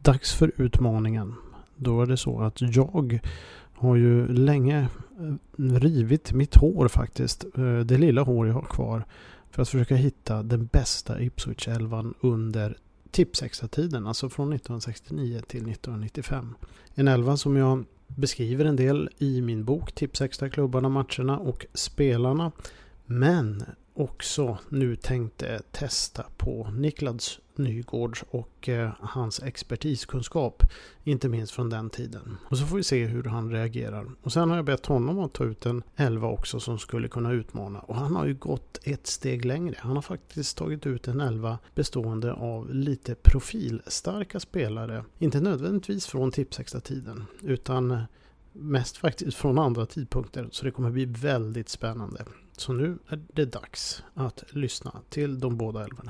Dags för utmaningen. Då är det så att jag har ju länge rivit mitt hår faktiskt. Det lilla hår jag har kvar. För att försöka hitta den bästa Ipswich-elvan under Tipsextra-tiden. Alltså från 1969 till 1995. En elva som jag beskriver en del i min bok Tipsextra-klubbarna, matcherna och spelarna. Men också nu tänkte testa på Niklas Nygårds och hans expertiskunskap, inte minst från den tiden. Och så får vi se hur han reagerar. Och sen har jag bett honom att ta ut en 11 också som skulle kunna utmana. Och han har ju gått ett steg längre. Han har faktiskt tagit ut en 11 bestående av lite profilstarka spelare. Inte nödvändigtvis från Tipsextra-tiden utan mest faktiskt från andra tidpunkter. Så det kommer bli väldigt spännande. Så nu är det dags att lyssna till de båda elvorna.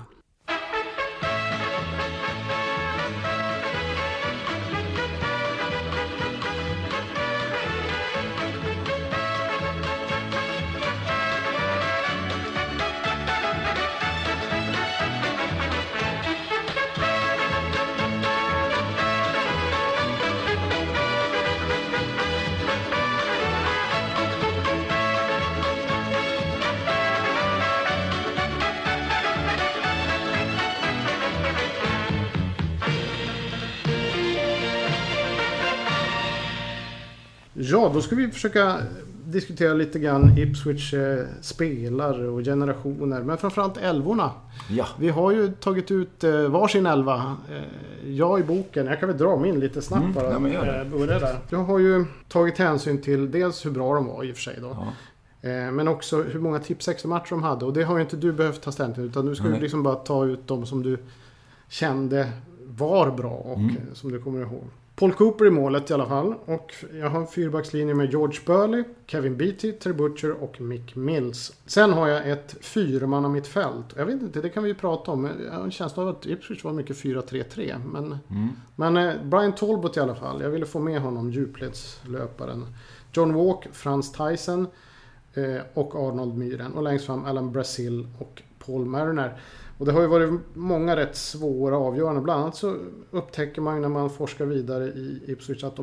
Ja, då ska vi försöka diskutera lite grann Ipswich spelare och generationer. Men framförallt elvorna. Ja. Vi har ju tagit ut varsin elva. Jag i boken, jag kan väl dra min lite snabbt bara. Ja, börja där. Jag har ju tagit hänsyn till dels hur bra de var i och för sig då. Ja. Men också hur många Tipsextra-matcher de hade. Och det har ju inte du behövt ta ställning till. Utan du ska liksom bara ta ut dem som du kände var bra och som du kommer ihåg. Paul Cooper i målet i alla fall. Och jag har en fyrbackslinje med George Burley, Kevin Beattie, Terry Butcher och Mick Mills. Sen har jag ett fyrmanna mittfält. Jag vet inte, det kan vi ju prata om. Jag har en känsla av att Ipswich var mycket 4-3-3. Men Brian Talbot i alla fall. Jag ville få med honom, djupledslöparen. John Walk, Frans Tyson och Arnold Myhren. Och längst fram Alan Brazil och Paul Mariner. Och det har ju varit många rätt svåra avgöranden. Bland annat så upptäcker man när man forskar vidare i Ipswich att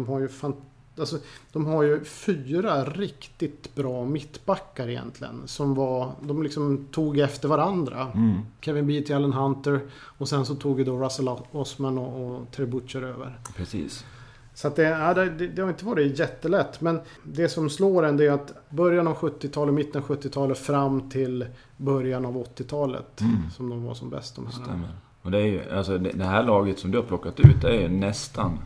de har ju 4 riktigt bra mittbackar egentligen. De liksom tog efter varandra. Kevin Beattie, Alan Hunter och sen så tog ju då Russell Osman och Terry Butcher över. Precis. Så att det har inte varit jättelätt. Men det som slår en det är att början av 70-talet, mitten av 70-talet fram till början av 80-talet som de var som bäst. Stämmer. Och det är ju, alltså det här laget som du har plockat ut, det är ju nästan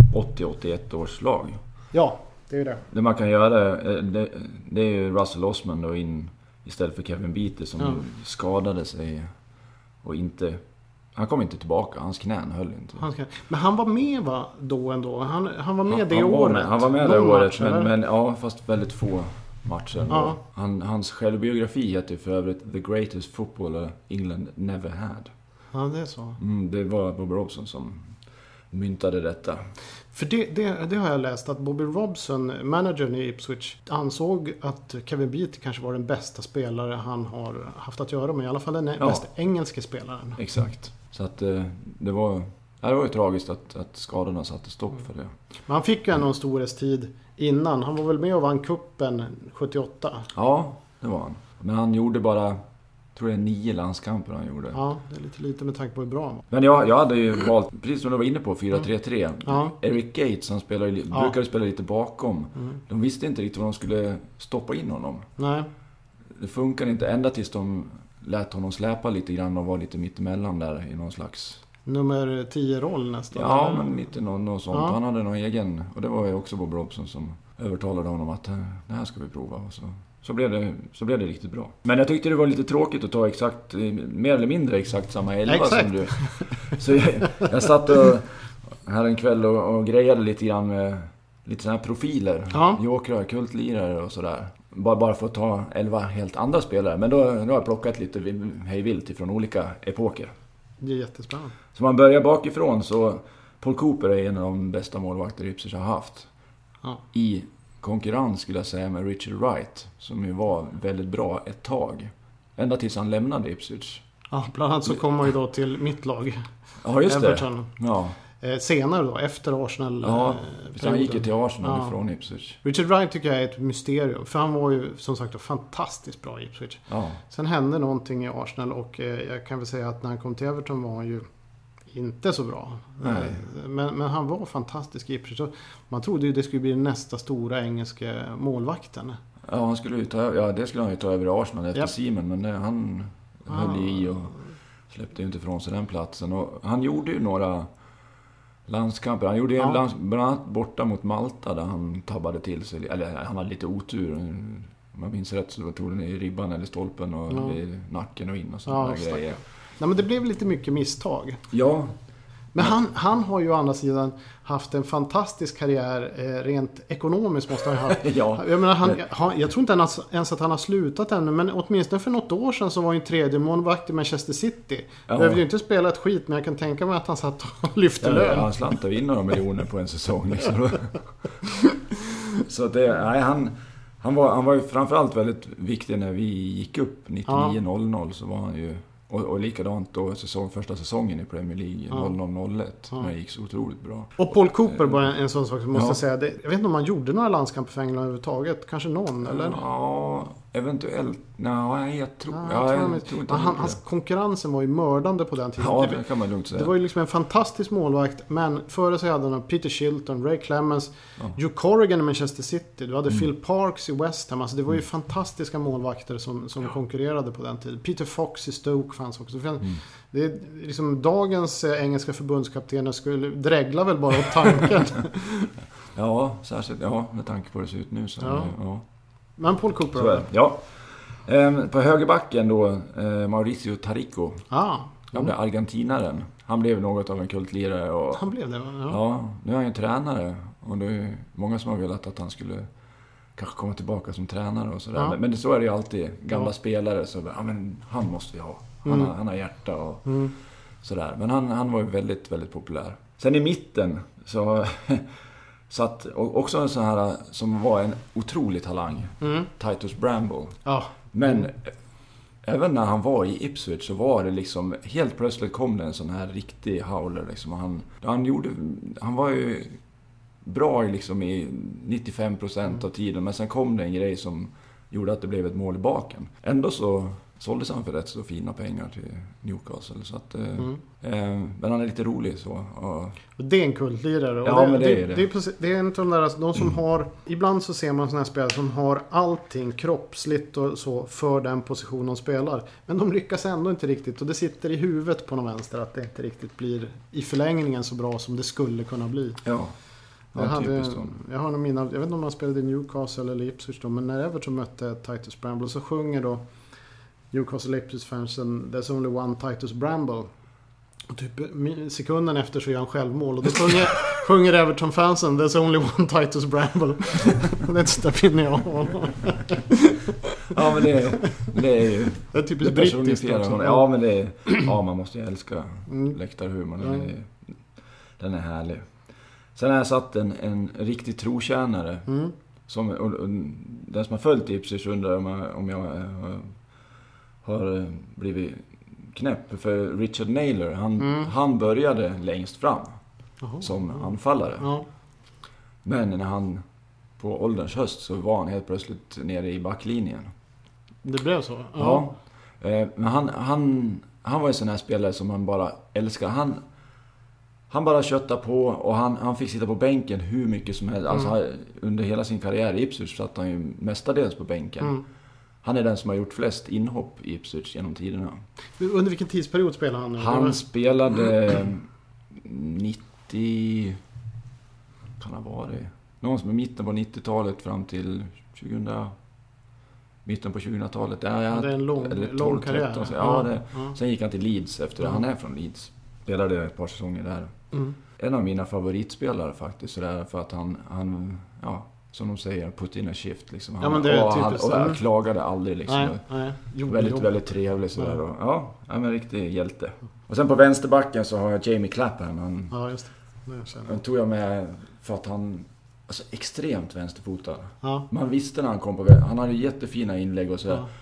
80-81 års lag. Ja, det är ju det. Det man kan göra, det är ju Russell Osman då in istället för Kevin Beattie som skadade sig och inte... Han kom inte tillbaka, hans knän höll inte. Men han var med då ändå? Han var med det året? Han var med det året, men ja, fast väldigt få matcher. Ja. Hans självbiografi heter för övrigt The Greatest Footballer England Never Had. Ja, det är så. Det var Bobby Robson som myntade detta. För det har jag läst, att Bobby Robson, managern i Ipswich, ansåg att Kevin Beattie kanske var den bästa spelare han har haft att göra med. I alla fall den bästa engelska spelaren. Exakt. Så att det var ju tragiskt att skadorna satte stopp för det. Men han fick ju ändå en storhetstid innan. Han var väl med och vann kuppen 78? Ja, det var han. Men han gjorde bara, tror jag, 9 landskamper han gjorde. Ja, det är lite med tanke på hur bra han var. Men jag hade ju valt, precis som du var inne på, 4-3-3. Ja. Eric Gates, han brukade spela lite bakom. De visste inte riktigt var de skulle stoppa in honom. Nej. Det funkar inte ända tills de lät honom släpa lite grann och vara lite mittemellan där i någon slags... Nummer 10-roll nästan. Ja, men mitt i något sånt. Ja. Han hade någon egen... Och det var ju också Bob Robson som övertalade honom att det här ska vi prova. Och så blev det riktigt bra. Men jag tyckte det var lite tråkigt att ta mer eller mindre exakt samma 11 som du. Så jag satt här en kväll och grejade lite grann med lite sådana här profiler. Ja. Jokrar, kultlirare och sådär. Bara för att ta 11 helt andra spelare. Men då har jag plockat lite hejvilt ifrån olika epoker. Det är jättespännande. Så man börjar bakifrån, så Paul Cooper är en av de bästa målvakter Ipswich har haft. Ja. I konkurrens skulle jag säga med Richard Wright, som ju var väldigt bra ett tag. Ända tills han lämnade Ipswich. Ja, bland annat så kom man ju då till mitt lag. Ja, just Everton. Det. Ja. senare då, efter Arsenal. Ja, han gick ju till Arsenal från Ipswich. Richard Wright tycker jag är ett mysterium. För han var ju som sagt fantastiskt bra i Ipswich. Ja. Sen hände någonting i Arsenal och jag kan väl säga att när han kom till Everton var han ju inte så bra. Nej. Men han var fantastisk i Ipswich. Man trodde ju det skulle bli nästa stora engelska målvakten. Ja, det skulle han ju ta över Arsenal efter Seaman, men han höll i och släppte ju inte ifrån sig den platsen. Och han gjorde ju några landskamper. Han gjorde bland annat borta mot Malta där han tabbade till sig. Eller han hade lite otur. Om man minns rätt så tog den i ribban eller stolpen och i nacken och in och sådana grejer. Nej, men det blev lite mycket misstag. Ja. Men han har ju å andra sidan haft en fantastisk karriär rent ekonomiskt måste han ha haft. Jag menar, jag tror inte ens att han har slutat ännu, men åtminstone för något år sedan så var han ju tredje målvakt i Manchester City. Behövde ju inte spela ett skit, men jag kan tänka mig att han satt och lyfte lön. Han slantade in några miljoner på en säsong liksom. Så det, han var ju framförallt väldigt viktig när vi gick upp 99-00 så var han ju. Och likadant då första säsongen i Premier League 00-01 när det gick så otroligt bra. Och Paul Cooper var en sån sak som måste säga. Jag vet inte om han gjorde några landskamper för England överhuvudtaget. Kanske någon, eller? Ja, eventuellt. Nej, jag tror inte. Hans konkurrensen var ju mördande på den tiden. Ja, det kan man lugnt säga. Det var ju liksom en fantastisk målvakt. Men före så hade han Peter Shilton, Ray Clemens, Joe Corrigan i Manchester City. Du hade Phil Parks i West Ham. Alltså det var ju fantastiska målvakter som konkurrerade på den tiden. Peter Fox i Stoke fanns också. Det är liksom dagens engelska förbundskaptener skulle drägla väl bara åt tanken. Ja, särskilt med tanke på hur det ser ut nu så. Ja. Men Paul Cooper. Ja. På högerbacken då Mauricio Taricco. Han blev argentinaren. Han blev något av en kultlirare och han blev det. Ja, nu är han ju tränare och det är många som har velat att han skulle kanske komma tillbaka som tränare och sådär. Ja. Men så är det ju alltid gamla spelare så men han måste vi ha. Han har hjärta och sådär. Men han var ju väldigt, väldigt populär. Sen i mitten så satt också en sån här som var en otrolig talang. Titus Bramble. Ja. Men även när han var i Ipswich så var det liksom helt plötsligt kom det en sån här riktig howler liksom. Han var ju bra liksom i 95% av tiden, men sen kom det en grej som gjorde att det blev ett mål i baken. Ändå så såldes han för rätt så fina pengar till Newcastle så att men han är lite rolig så. Och det är en kultlirare. Ja, men det är det. Det är en av de där de som har ibland så ser man såna här spelare som har allting kroppsligt och så för den position de spelar. Men de lyckas ändå inte riktigt och det sitter i huvudet på någon vänster att det inte riktigt blir i förlängningen så bra som det skulle kunna bli. Ja. Jag vet inte om han spelade i Newcastle eller Ipswich då, men när Everton mötte Titus Bramble så sjunger då Newcastle Ipswich-fansen There's only one Titus Bramble. Och typ sekunden efter så gör han självmål och då sjunger Everton-fansen There's only one Titus Bramble. Det finner jag honom. Ja, men det är ju det är typiskt brittiskt också. Ja, men det är man måste ju älska läktarhumorn. Den är härlig. Sen har jag satt en riktig trotjänare som den som har följt Ipswich undrar om jag har blivit knäpp för Richard Naylor. Han började längst fram som anfallare. Men när han på ålderns höst så var han helt plötsligt nere i backlinjen. Det blev så? Ja. Men han var en sån här spelare som man bara älskar. Han bara köttade på och han fick sitta på bänken hur mycket som helst. Alltså, under hela sin karriär i Ipswich satt han ju mestadels på bänken. Han är den som har gjort flest inhopp i Ipswich genom tiderna. Under vilken tidsperiod spelade han? Han spelade 90... Kan ha varit någon som är mitten på 90-talet fram till 2000... Mitten på 2000-talet. Det är en lång karriär. Sen gick han till Leeds efter det. Han är från Leeds. Spelade ett par säsonger där. En av mina favoritspelare faktiskt. Sådär, för att han som de säger, put in a shift. Liksom. Han klagade aldrig. Liksom. Väldigt, väldigt trevlig. Sådär, och, men riktig hjälte. Och sen på vänsterbacken så har jag Jamie Clapham. Just det. Han tog jag med för att han... Alltså extremt vänsterfotad. Man visste när han kom på... Han hade jättefina inlägg och sådär.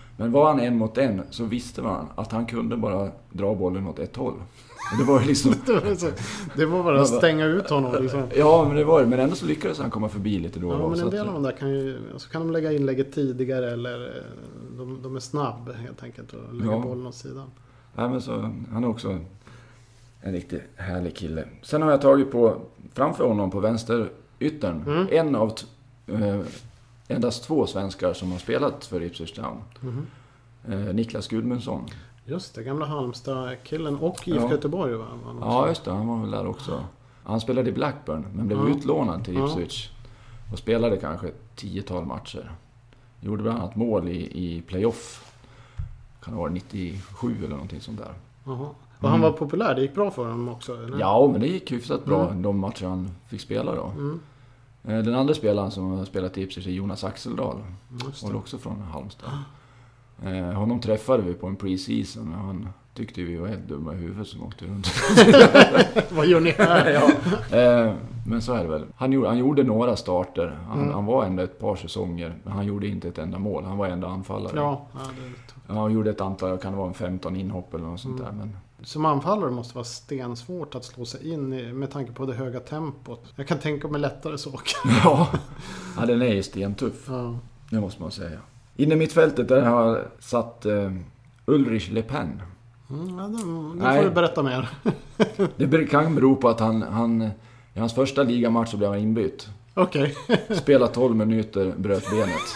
Men var han en mot en så visste man att han kunde bara dra bollen åt ett håll. Och det var liksom... det var bara att stänga ut honom liksom. Ja, men det var det. Men ändå så lyckades han komma förbi lite då. Ja, men en del av dem där kan ju... Så kan de lägga inlägget tidigare eller de är snabb helt enkelt och lägga bollen åt sidan. Ja, men så, han är också en riktigt härlig kille. Sen har jag tagit på framför honom på vänsteryttern. En av endast 2 svenskar som har spelat för Ipswich Town. Niklas Gudmundsson. Just det, gamla Halmstad-killen och IFK Göteborg va? Ja, just det. Han var väl där också. Han spelade i Blackburn men blev utlånad till Ipswich. Och spelade kanske 10-tal matcher. Gjorde bland annat mål i playoff. Kan det vara 97 eller någonting sånt där. Och han var populär, det gick bra för honom också? Eller? Ja, men det gick hyfsat bra de matcher han fick spela då. Den andra spelaren som har spelat i Ipswich är Jonas Axeldal. Och också från Halmstad. Honom träffade vi på en pre-season och han tyckte vi var helt dumma i huvudet som åkte runt. Vad gör ni här? Men så är det väl. Han gjorde några starter. Han var ändå ett par säsonger, men han gjorde inte ett enda mål. Han var ändå anfallare. Han gjorde ett antal, kan det vara en 15 inhopp eller något sånt där. Men... Som anfallare måste det vara stensvårt att slå sig in med tanke på det höga tempot. Jag kan tänka mig lättare saker. ja, den är ju stentuff. Det måste man säga. Inne i mittfältet där har jag satt Ulrich Le Pen. Det får du berätta mer. Det kan bero på att han i hans första ligamatch så blev han inbytt. Okej. Spela 12 minuter, bröt benet.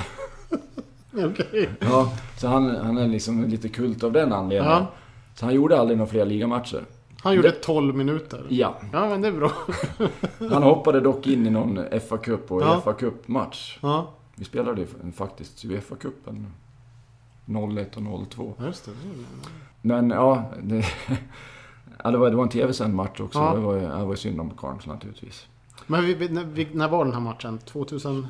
Okej. Ja, så han är liksom lite kult av den anledningen. Så han gjorde aldrig några fler ligamatcher. Han gjorde 12 minuter. Ja. Ja, men det är bra. Han hoppade dock in i någon FA-cup och FA-cup-match. Ja. Vi spelade ju faktiskt i FA-cupen 01 och 02. Just det. Men ja, det var en tv-sänd match också. Det var synd om Carnes naturligtvis. Men när var den här matchen? 2002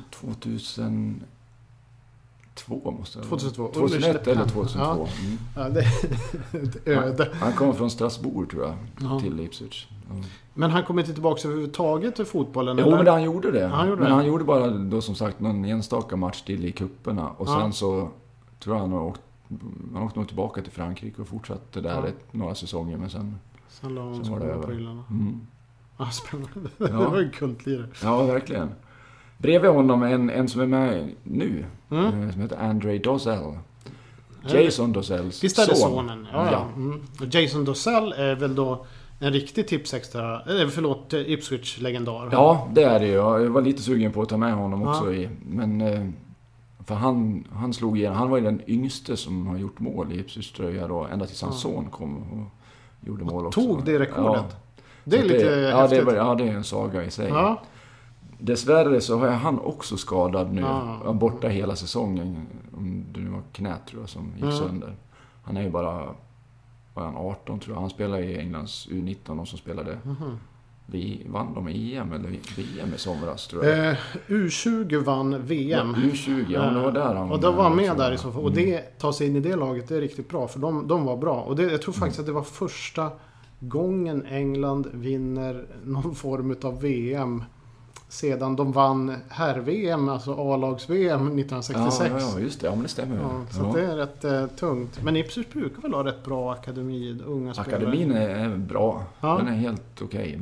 måste det vara. 2001 eller 2002. Ja. Ja, det är ett öde. Han kom från Strasbourg tror jag till Ipswich. Men han kom inte tillbaka överhuvudtaget till fotbollen? Jo, men han gjorde det. Han gjorde bara då som sagt någon enstaka match till i kupperna. Och sen så tror jag han åkte nog tillbaka till Frankrike och fortsatte där några säsonger. Men sen var det över. Spännande. Det var en kultlirare. Ja, verkligen. Bredvid honom en som är med nu. Som heter André Dozell. Jason Dozells son. Visst är det sonen? Ja. Jason Dozell är väl då en riktig tipsextra, Ipswich-legendar. Ja, det är det ju. Jag var lite sugen på att ta med honom också men för han slog igenom. Han var ju den yngste som har gjort mål i Ipswich tröja då, ända tills hans son kom och gjorde mål också. Tog det rekordet? Ja. Det är lite häftigt. Det är en saga i sig. Ja. Dessvärre så har han också skadad nu. Borta hela säsongen. Om det nu var knät tror jag som gick sönder. Han är ju bara... Var han 18 tror jag. Han spelade i Englands U19 och som spelade... Vann de EM eller VM i somras tror jag. U20 vann VM. Ja, U20, det var där han... Och då var han med där i så fall. Och det tar sig in i det laget, det är riktigt bra. För de var bra. Och jag tror faktiskt att det var första gången England vinner någon form av VM sedan de vann herr-VM, alltså A-lags-VM 1966. Ja, just det. Ja, men det stämmer. Så det är rätt tungt. Men Ipswich brukar väl ha rätt bra akademi, unga spelare. Akademin är bra. Den är helt okej.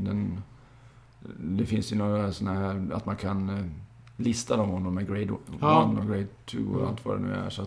Det finns ju några sådana här att man kan lista dem om de är grade 1 och grade 2 och allt vad det nu är. Så att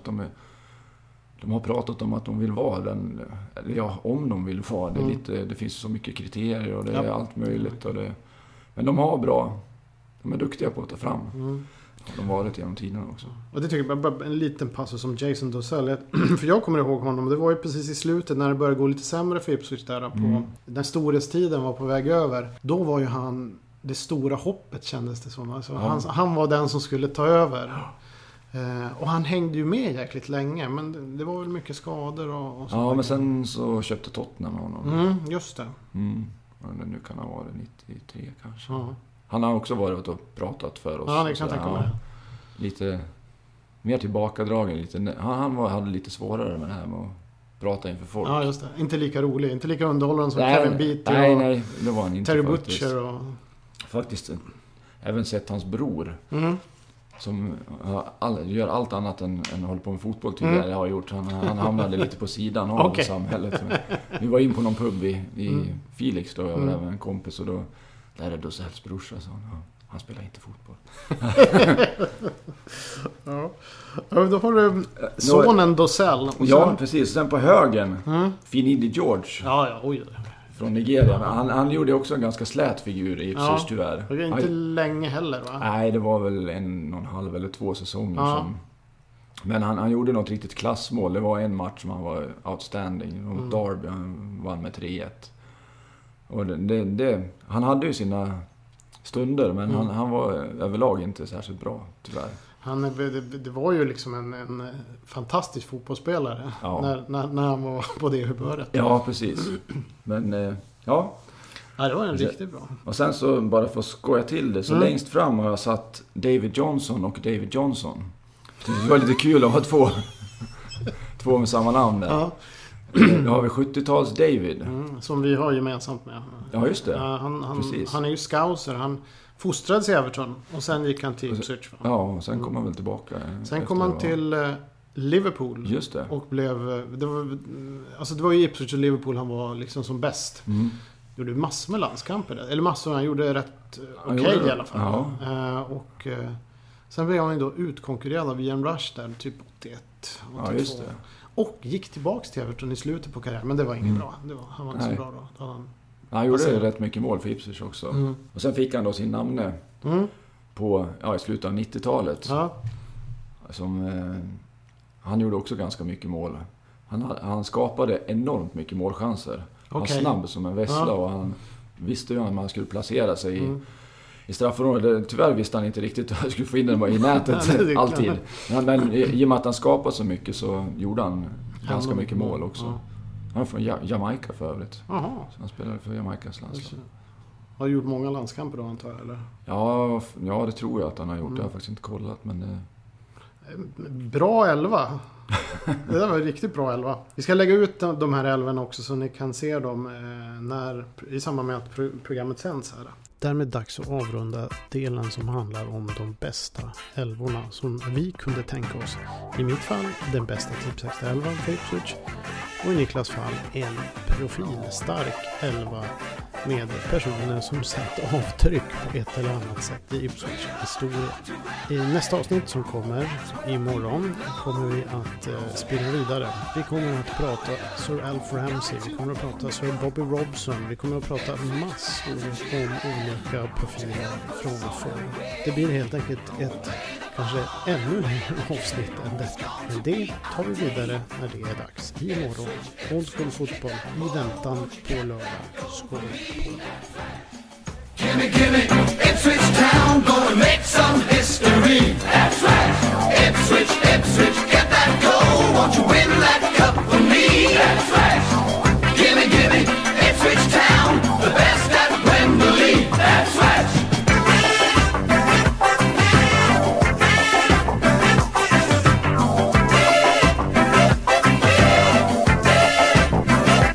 de har pratat om att de vill vara den, eller om de vill vara. Det finns så mycket kriterier och det är allt möjligt. Men de har bra. De är duktiga på att ta fram. Har de varit genom tiden också. Och det tycker jag bara en liten passus som Jason Dozell. För jag kommer ihåg honom. Det var ju precis i slutet när det började gå lite sämre för Ipswich där. När storhetstiden var på väg över. Då var ju han det stora hoppet kändes det som. Alltså, han var den som skulle ta över. Och han hängde ju med jäkligt länge. Men det var väl mycket skador och så. Ja, men sen så köpte Tottenham honom. Just det. Nu kan han vara 93 kanske. Han har också varit och pratat för oss. Ja, det kan jag tänka mig. Lite mer tillbakadragen. Han hade lite svårare med det här med att prata inför folk. Ja, just det. Inte lika rolig. Inte lika underhållande som Kevin Beatty nej, det var han inte. Terry Butcher och... Faktiskt även sett hans bror. som gör allt annat än håller på med fotboll tidigare har gjort. Han hamnade lite på sidan av samhället. Vi var in på någon pub i Felix då, jag var där med en kompis och då där är Dosells brorsa, så han spelar inte fotboll. Ja, då har du sonen Dosell. Ja, precis. Sen på högen, Finidi George. Ja, oj. Från Nigeria. Han gjorde också en ganska slät figur i Ipswich tyvärr. Det var inte länge heller, va? Nej, det var väl 1,5 eller 2 säsonger men han gjorde något riktigt klassmål. Det var en match som han var outstanding. Mot Derby, han vann med 3-1. Och han hade ju sina stunder, men han var överlag inte särskilt bra, tyvärr. Det var ju liksom en fantastisk fotbollsspelare när han var på det humöret. Ja, precis. Men ja, det var en riktigt bra. Och sen så, bara för att skoja till det, så längst fram har jag satt David Johnson och David Johnson. Det var lite kul att ha två med samma namn där. Ja. Då har vi 70-tals David. Som vi har gemensamt med. Ja, just det. Han är ju scouser. Han fostrades i Everton och sen gick han till Ipswich. Ja, och sen kom han väl tillbaka. Sen kom han till Liverpool. Just det. Och det var ju Ipswich och Liverpool han var liksom som bäst. Gjorde massor med landskamper där. Eller massor, han gjorde rätt okej i alla fall. Ja. Och sen blev han då utkonkurrerad av Ian Rush där typ 81, 82. Ja, just det. Och gick tillbaks till Everton i slutet på karriären. Men det var inget bra. Han var inte så bra då. Han gjorde rätt mycket mål för Ipswich också. Och sen fick han då sin namne i slutet av 90-talet. Ja. Han gjorde också ganska mycket mål. Han skapade enormt mycket målchanser. Han var snabb som en vessla och han visste ju att man skulle placera sig i straffområdet. Tyvärr visste han inte riktigt att han skulle få in den i nätet alltid. Men i och med att han skapade så mycket så gjorde han ganska mycket mål också. Han är från Jamaica för övrigt. Så han spelade för Jamaicas landslag. Har du gjort många landskamper då, antar jag, eller? Ja, det tror jag att han har gjort. Jag har faktiskt inte kollat, men... Bra 11. Det där var riktigt bra 11. Vi ska lägga ut de här 11 också så ni kan se dem i samband med att programmet sänds här. Därmed dags att avrunda delen som handlar om de bästa 11:orna som vi kunde tänka oss. I mitt fall den bästa Tipsex 11 för Ipswich och i Niklas fall en profilstark 11 med personer som satt avtryck på ett eller annat sätt i Ipswich historia. I nästa avsnitt som kommer imorgon kommer vi att spela vidare. Vi kommer att prata Sir Alf Ramsey, vi kommer att prata Sir Bobby Robson, vi kommer att prata massor om olika profiler från förr. Det blir helt enkelt ett kanske ännu längre avsnitt än detta. Men det tar vi vidare när det är dags. Imorgon. Old School Fotboll i väntan på lördag. Skål på. Gimme, gimme, Ipswich Town, gonna make some history. That's right, Ipswich, Ipswich, get that goal. Won't you win that cup for me? That's right, gimme, gimme, Ipswich Town, the best at Wembley. That's right.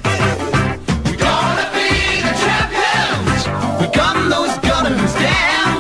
We're gonna be the champions. We gun those gunners down.